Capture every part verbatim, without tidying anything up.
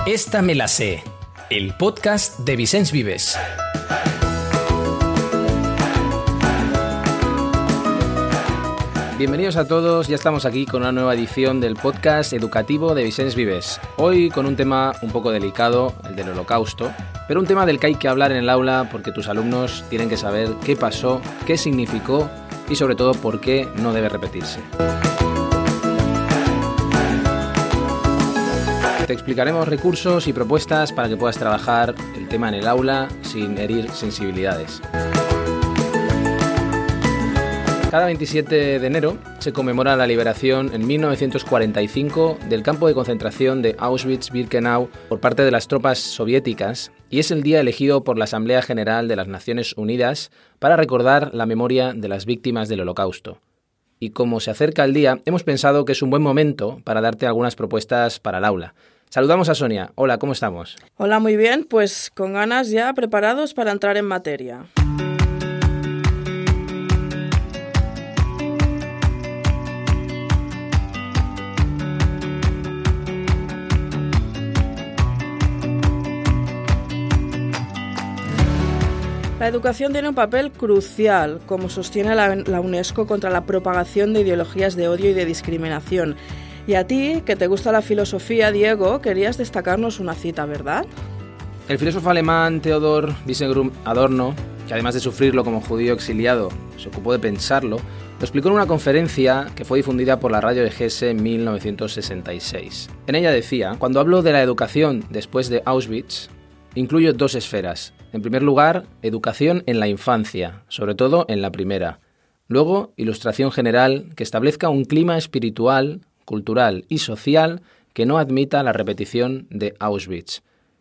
Esta me la sé, el podcast de Vicens Vives. Bienvenidos a todos, ya estamos aquí con una nueva edición del podcast educativo de Vicens Vives. Hoy con un tema un poco delicado, el del Holocausto, pero un tema del que hay que hablar en el aula porque tus alumnos tienen que saber qué pasó, qué significó y sobre todo por qué no debe repetirse. Te explicaremos recursos y propuestas para que puedas trabajar el tema en el aula sin herir sensibilidades. Cada veintisiete de enero se conmemora la liberación en mil novecientos cuarenta y cinco del campo de concentración de Auschwitz-Birkenau por parte de las tropas soviéticas y es el día elegido por la Asamblea General de las Naciones Unidas para recordar la memoria de las víctimas del Holocausto. Y como se acerca el día, hemos pensado que es un buen momento para darte algunas propuestas para el aula. Saludamos a Sonia. Hola, ¿cómo estamos? Hola, muy bien. Pues con ganas ya preparados para entrar en materia. La educación tiene un papel crucial, como sostiene la, la UNESCO, contra la propagación de ideologías de odio y de discriminación. Y a ti, que te gusta la filosofía, Diego, querías destacarnos una cita, ¿verdad? El filósofo alemán Theodor Wiesengrund Adorno, que además de sufrirlo como judío exiliado, se ocupó de pensarlo, lo explicó en una conferencia que fue difundida por la radio de Hesse en mil novecientos sesenta y seis. En ella decía: cuando hablo de la educación después de Auschwitz, incluyo dos esferas. En primer lugar, educación en la infancia, sobre todo en la primera. Luego, ilustración general que establezca un clima espiritual, cultural y social que no admita la repetición de Auschwitz.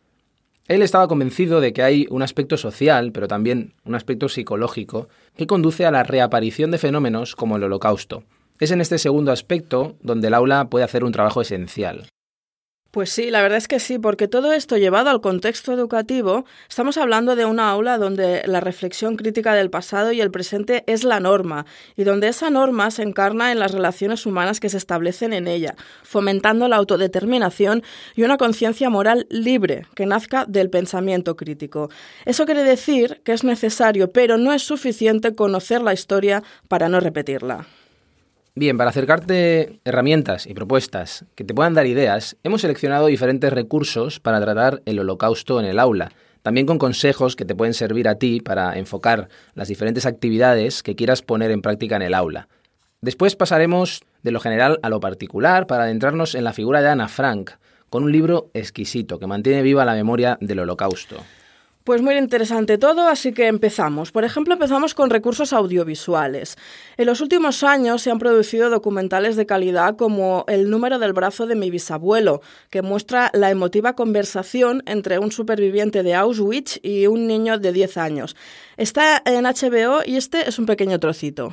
Él estaba convencido de que hay un aspecto social, pero también un aspecto psicológico, que conduce a la reaparición de fenómenos como el Holocausto. Es en este segundo aspecto donde el aula puede hacer un trabajo esencial. Pues sí, la verdad es que sí, porque todo esto llevado al contexto educativo, estamos hablando de una aula donde la reflexión crítica del pasado y el presente es la norma, y donde esa norma se encarna en las relaciones humanas que se establecen en ella, fomentando la autodeterminación y una conciencia moral libre que nazca del pensamiento crítico. Eso quiere decir que es necesario, pero no es suficiente conocer la historia para no repetirla. Bien, para acercarte herramientas y propuestas que te puedan dar ideas, hemos seleccionado diferentes recursos para tratar el Holocausto en el aula, también con consejos que te pueden servir a ti para enfocar las diferentes actividades que quieras poner en práctica en el aula. Después pasaremos de lo general a lo particular para adentrarnos en la figura de Ana Frank, con un libro exquisito que mantiene viva la memoria del Holocausto. Pues muy interesante todo, así que empezamos. Por ejemplo, empezamos con recursos audiovisuales. En los últimos años se han producido documentales de calidad como El número del brazo de mi bisabuelo, que muestra la emotiva conversación entre un superviviente de Auschwitz y un niño de diez años. Está en H B O y este es un pequeño trocito.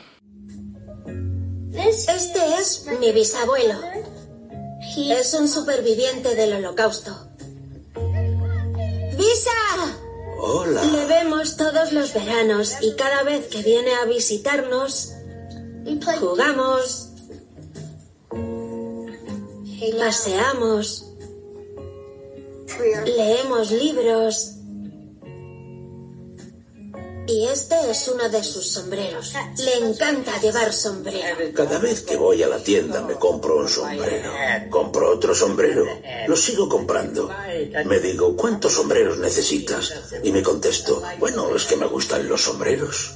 Este es mi bisabuelo. Es un superviviente del Holocausto. ¡Bisa! Hola. Le vemos todos los veranos y cada vez que viene a visitarnos, jugamos, paseamos, leemos libros. Y este es uno de sus sombreros. Le encanta llevar sombrero. Cada vez que voy a la tienda me compro un sombrero. Compro otro sombrero. Lo sigo comprando. Me digo, ¿cuántos sombreros necesitas? Y me contesto, bueno, es que me gustan los sombreros.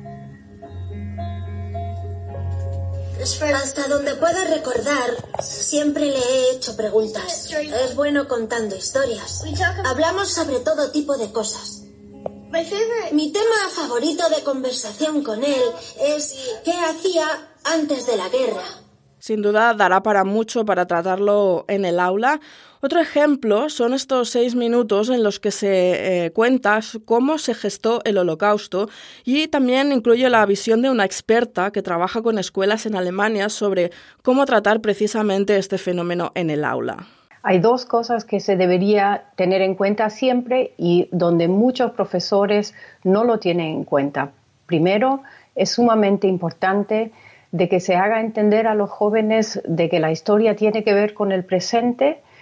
Hasta donde pueda recordar, siempre le he hecho preguntas. Es bueno contando historias. Hablamos sobre todo tipo de cosas. Mi tema favorito de conversación con él es ¿qué hacía antes de la guerra? Sin duda dará para mucho para tratarlo en el aula. Otro ejemplo son estos seis minutos en los que se eh, cuenta cómo se gestó el Holocausto y también incluye la visión de una experta que trabaja con escuelas en Alemania sobre cómo tratar precisamente este fenómeno en el aula. Hay dos cosas que se debería tener en cuenta siempre y donde muchos profesores no lo tienen en cuenta. Primero, es sumamente importante de que se haga entender a los jóvenes de que la historia tiene que ver con el presente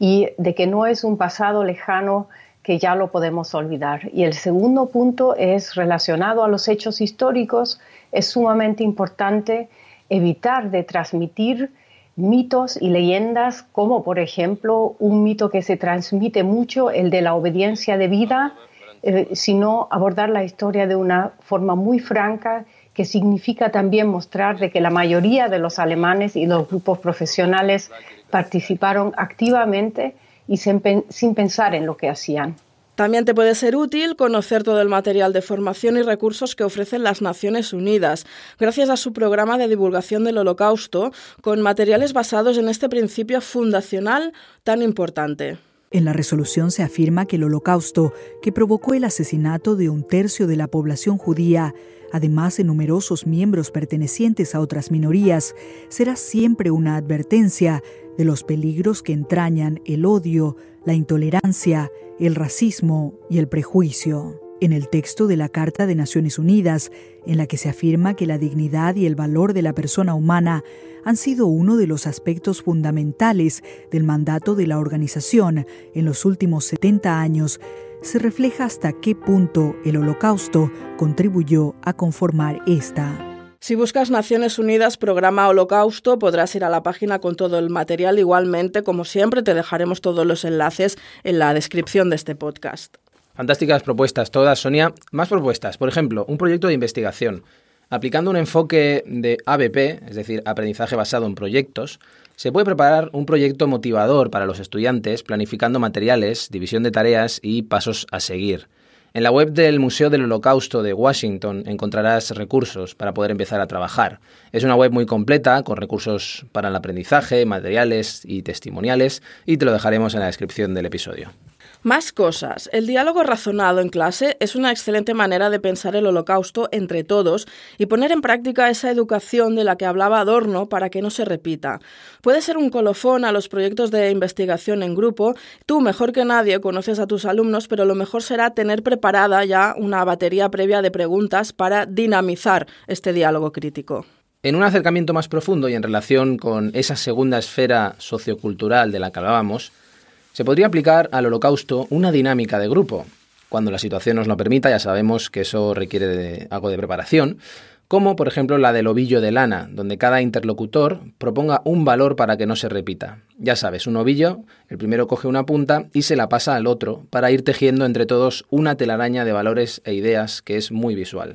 y de que no es un pasado lejano que ya lo podemos olvidar. Y el segundo punto es relacionado a los hechos históricos. Es sumamente importante evitar de transmitir mitos y leyendas, como por ejemplo un mito que se transmite mucho, el de la obediencia debida, eh, sino abordar la historia de una forma muy franca, que significa también mostrar de que la mayoría de los alemanes y los grupos profesionales participaron activamente y sin, sin pensar en lo que hacían. También te puede ser útil conocer todo el material de formación y recursos que ofrecen las Naciones Unidas, gracias a su programa de divulgación del Holocausto, con materiales basados en este principio fundacional tan importante. En la resolución se afirma que el Holocausto, que provocó el asesinato de un tercio de la población judía, además de numerosos miembros pertenecientes a otras minorías, será siempre una advertencia de los peligros que entrañan el odio, la intolerancia, el racismo y el prejuicio. En el texto de la Carta de Naciones Unidas, en la que se afirma que la dignidad y el valor de la persona humana han sido uno de los aspectos fundamentales del mandato de la organización en los últimos setenta años, se refleja hasta qué punto el Holocausto contribuyó a conformar esta. Si buscas Naciones Unidas Programa Holocausto, podrás ir a la página con todo el material. Igualmente, como siempre, te dejaremos todos los enlaces en la descripción de este podcast. Fantásticas propuestas todas, Sonia. Más propuestas. Por ejemplo, un proyecto de investigación. Aplicando un enfoque de A B P, es decir, aprendizaje basado en proyectos, se puede preparar un proyecto motivador para los estudiantes, planificando materiales, división de tareas y pasos a seguir. En la web del Museo del Holocausto de Washington encontrarás recursos para poder empezar a trabajar. Es una web muy completa, con recursos para el aprendizaje, materiales y testimoniales, y te lo dejaremos en la descripción del episodio. Más cosas. El diálogo razonado en clase es una excelente manera de pensar el Holocausto entre todos y poner en práctica esa educación de la que hablaba Adorno para que no se repita. Puede ser un colofón a los proyectos de investigación en grupo. Tú, mejor que nadie, conoces a tus alumnos, pero lo mejor será tener preparada ya una batería previa de preguntas para dinamizar este diálogo crítico. En un acercamiento más profundo y en relación con esa segunda esfera sociocultural de la que hablábamos, se podría aplicar al Holocausto una dinámica de grupo. Cuando la situación nos lo permita, ya sabemos que eso requiere de algo de preparación, como por ejemplo la del ovillo de lana, donde cada interlocutor proponga un valor para que no se repita. Ya sabes, un ovillo, el primero coge una punta y se la pasa al otro para ir tejiendo entre todos una telaraña de valores e ideas que es muy visual.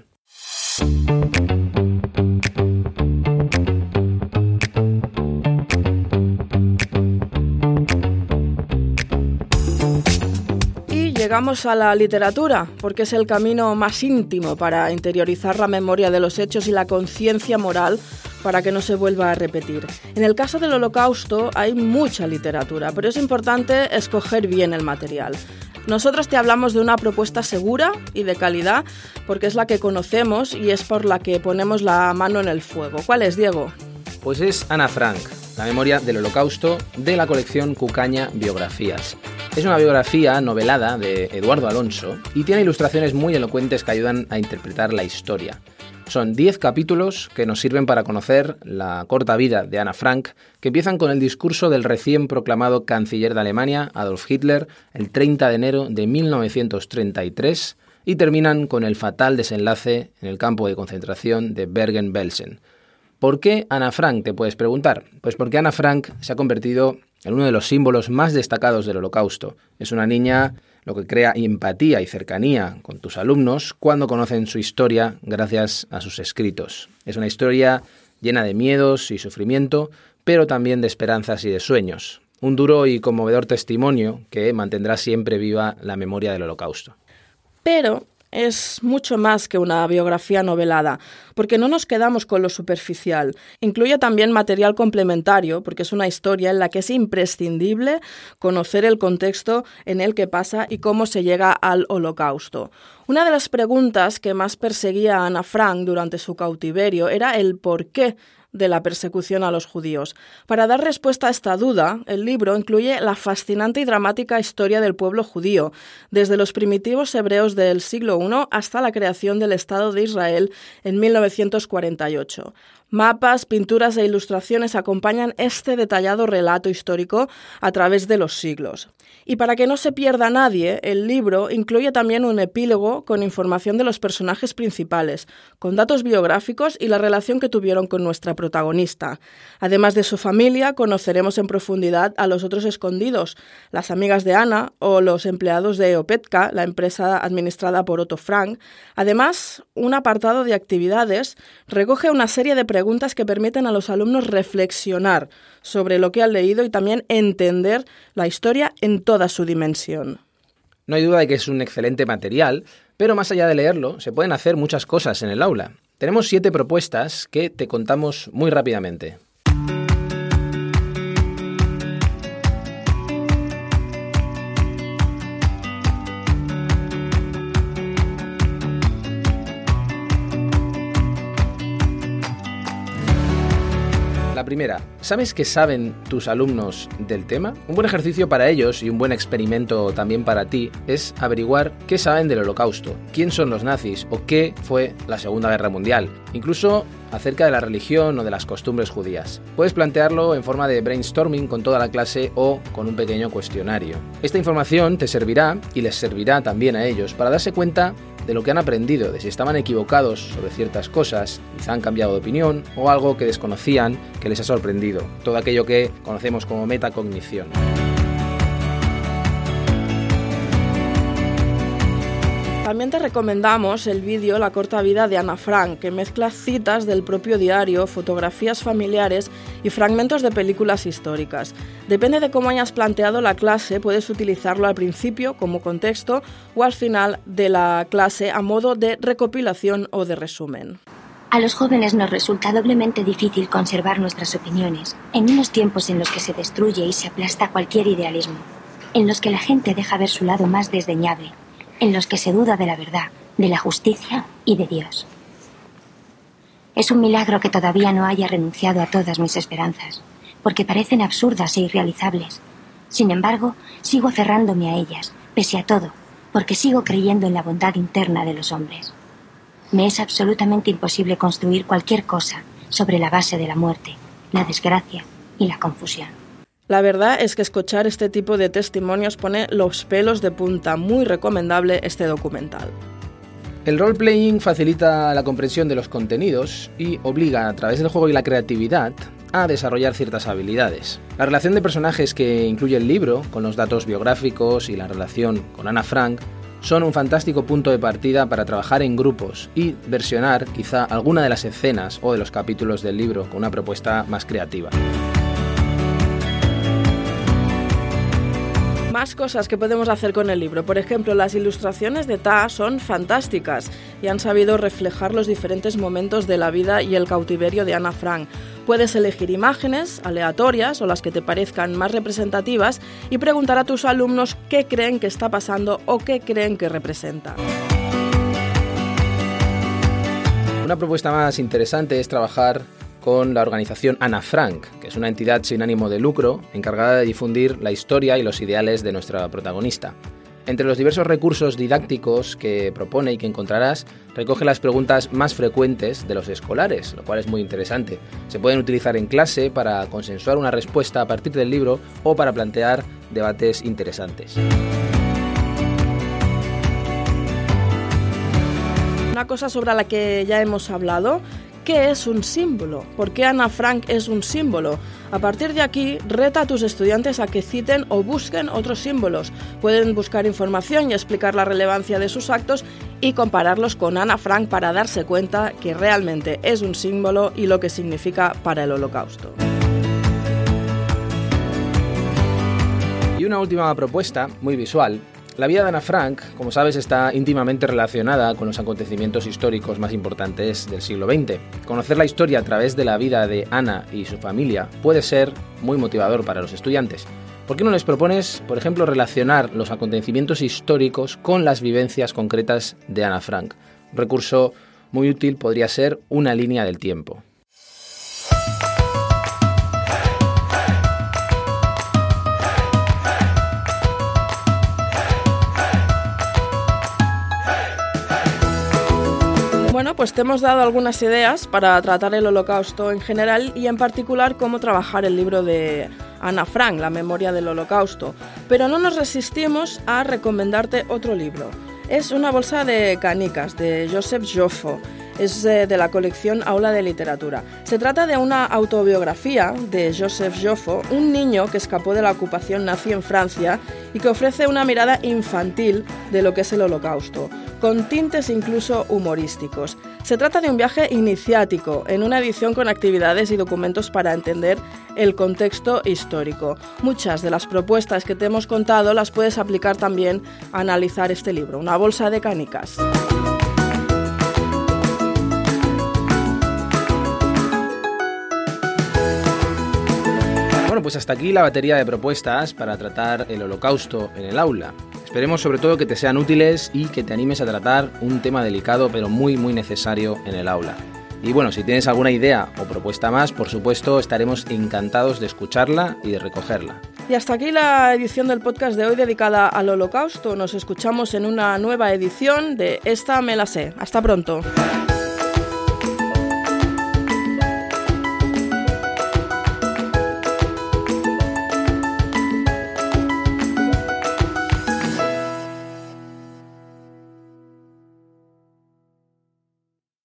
Llegamos a la literatura, porque es el camino más íntimo para interiorizar la memoria de los hechos y la conciencia moral para que no se vuelva a repetir. En el caso del Holocausto hay mucha literatura, pero es importante escoger bien el material. Nosotros te hablamos de una propuesta segura y de calidad, porque es la que conocemos y es por la que ponemos la mano en el fuego. ¿Cuál es, Diego? Pues es Ana Frank, la memoria del Holocausto, de la colección Cucaña Biografías. Es una biografía novelada de Eduardo Alonso y tiene ilustraciones muy elocuentes que ayudan a interpretar la historia. Son diez capítulos que nos sirven para conocer la corta vida de Ana Frank, que empiezan con el discurso del recién proclamado canciller de Alemania, Adolf Hitler, el treinta de enero de mil novecientos treinta y tres, y terminan con el fatal desenlace en el campo de concentración de Bergen-Belsen. ¿Por qué Ana Frank?, te puedes preguntar. Pues porque Ana Frank se ha convertido en uno de los símbolos más destacados del Holocausto. Es una niña, lo que crea empatía y cercanía con tus alumnos cuando conocen su historia gracias a sus escritos. Es una historia llena de miedos y sufrimiento, pero también de esperanzas y de sueños. Un duro y conmovedor testimonio que mantendrá siempre viva la memoria del Holocausto. Pero es mucho más que una biografía novelada, porque no nos quedamos con lo superficial. Incluye también material complementario, porque es una historia en la que es imprescindible conocer el contexto en el que pasa y cómo se llega al Holocausto. Una de las preguntas que más perseguía a Ana Frank durante su cautiverio era el por qué de la persecución a los judíos. Para dar respuesta a esta duda, el libro incluye la fascinante y dramática historia del pueblo judío, desde los primitivos hebreos del siglo primero hasta la creación del Estado de Israel en mil novecientos cuarenta y ocho. Mapas, pinturas e ilustraciones acompañan este detallado relato histórico a través de los siglos. Y para que no se pierda nadie, el libro incluye también un epílogo con información de los personajes principales, con datos biográficos y la relación que tuvieron con nuestra protagonista. Además de su familia, conoceremos en profundidad a los otros escondidos, las amigas de Ana o los empleados de Opetka, la empresa administrada por Otto Frank. Además, un apartado de actividades recoge una serie de preguntas que permiten a los alumnos reflexionar sobre lo que han leído y también entender la historia en toda su dimensión. No hay duda de que es un excelente material, pero más allá de leerlo, se pueden hacer muchas cosas en el aula. Tenemos siete propuestas que te contamos muy rápidamente. La primera, ¿sabes qué saben tus alumnos del tema? Un buen ejercicio para ellos y un buen experimento también para ti es averiguar qué saben del Holocausto, quién son los nazis o qué fue la Segunda Guerra Mundial, incluso acerca de la religión o de las costumbres judías. Puedes plantearlo en forma de brainstorming con toda la clase o con un pequeño cuestionario. Esta información te servirá y les servirá también a ellos para darse cuenta de lo que han aprendido, de si estaban equivocados sobre ciertas cosas, quizá han cambiado de opinión o algo que desconocían que les ha sorprendido. Todo aquello que conocemos como metacognición. También te recomendamos el vídeo La corta vida de Ana Frank, que mezcla citas del propio diario, fotografías familiares y fragmentos de películas históricas. Depende de cómo hayas planteado la clase, puedes utilizarlo al principio como contexto o al final de la clase a modo de recopilación o de resumen. A los jóvenes nos resulta doblemente difícil conservar nuestras opiniones en unos tiempos en los que se destruye y se aplasta cualquier idealismo, en los que la gente deja ver su lado más desdeñable, en los que se duda de la verdad, de la justicia y de Dios. Es un milagro que todavía no haya renunciado a todas mis esperanzas, porque parecen absurdas e irrealizables. Sin embargo, sigo aferrándome a ellas, pese a todo, porque sigo creyendo en la bondad interna de los hombres. Me es absolutamente imposible construir cualquier cosa sobre la base de la muerte, la desgracia y la confusión. La verdad es que escuchar este tipo de testimonios pone los pelos de punta. Muy recomendable este documental. El role-playing facilita la comprensión de los contenidos y obliga, a través del juego y la creatividad, a desarrollar ciertas habilidades. La relación de personajes que incluye el libro, con los datos biográficos y la relación con Ana Frank, son un fantástico punto de partida para trabajar en grupos y versionar quizá alguna de las escenas o de los capítulos del libro con una propuesta más creativa. Más cosas que podemos hacer con el libro. Por ejemplo, las ilustraciones de Ta son fantásticas y han sabido reflejar los diferentes momentos de la vida y el cautiverio de Ana Frank. Puedes elegir imágenes aleatorias o las que te parezcan más representativas y preguntar a tus alumnos qué creen que está pasando o qué creen que representa. Una propuesta más interesante es trabajar con la organización Ana Frank, que es una entidad sin ánimo de lucro encargada de difundir la historia y los ideales de nuestra protagonista. Entre los diversos recursos didácticos que propone y que encontrarás, recoge las preguntas más frecuentes de los escolares, lo cual es muy interesante. Se pueden utilizar en clase para consensuar una respuesta a partir del libro o para plantear debates interesantes. Una cosa sobre la que ya hemos hablado: ¿qué es un símbolo? ¿Por qué Ana Frank es un símbolo? A partir de aquí, reta a tus estudiantes a que citen o busquen otros símbolos. Pueden buscar información y explicar la relevancia de sus actos y compararlos con Ana Frank para darse cuenta que realmente es un símbolo y lo que significa para el Holocausto. Y una última propuesta, muy visual. La vida de Ana Frank, como sabes, está íntimamente relacionada con los acontecimientos históricos más importantes del siglo veinte. Conocer la historia a través de la vida de Ana y su familia puede ser muy motivador para los estudiantes. ¿Por qué no les propones, por ejemplo, relacionar los acontecimientos históricos con las vivencias concretas de Ana Frank? Un recurso muy útil podría ser una línea del tiempo. Bueno, pues te hemos dado algunas ideas para tratar el Holocausto en general y en particular cómo trabajar el libro de Ana Frank, La memoria del Holocausto. Pero no nos resistimos a recomendarte otro libro. Es Una bolsa de canicas, de Joseph Joffo. Es de, de la colección Aula de Literatura. Se trata de una autobiografía de Joseph Joffo, un niño que escapó de la ocupación nazi en Francia y que ofrece una mirada infantil de lo que es el Holocausto, con tintes incluso humorísticos. Se trata de un viaje iniciático, en una edición con actividades y documentos para entender el contexto histórico. Muchas de las propuestas que te hemos contado las puedes aplicar también a analizar este libro, Una bolsa de canicas. Bueno, pues hasta aquí la batería de propuestas para tratar el Holocausto en el aula. Esperemos sobre todo que te sean útiles y que te animes a tratar un tema delicado pero muy muy necesario en el aula. Y bueno, si tienes alguna idea o propuesta más, por supuesto estaremos encantados de escucharla y de recogerla. Y hasta aquí la edición del podcast de hoy dedicada al Holocausto. Nos escuchamos en una nueva edición de Esta me la sé. Hasta pronto.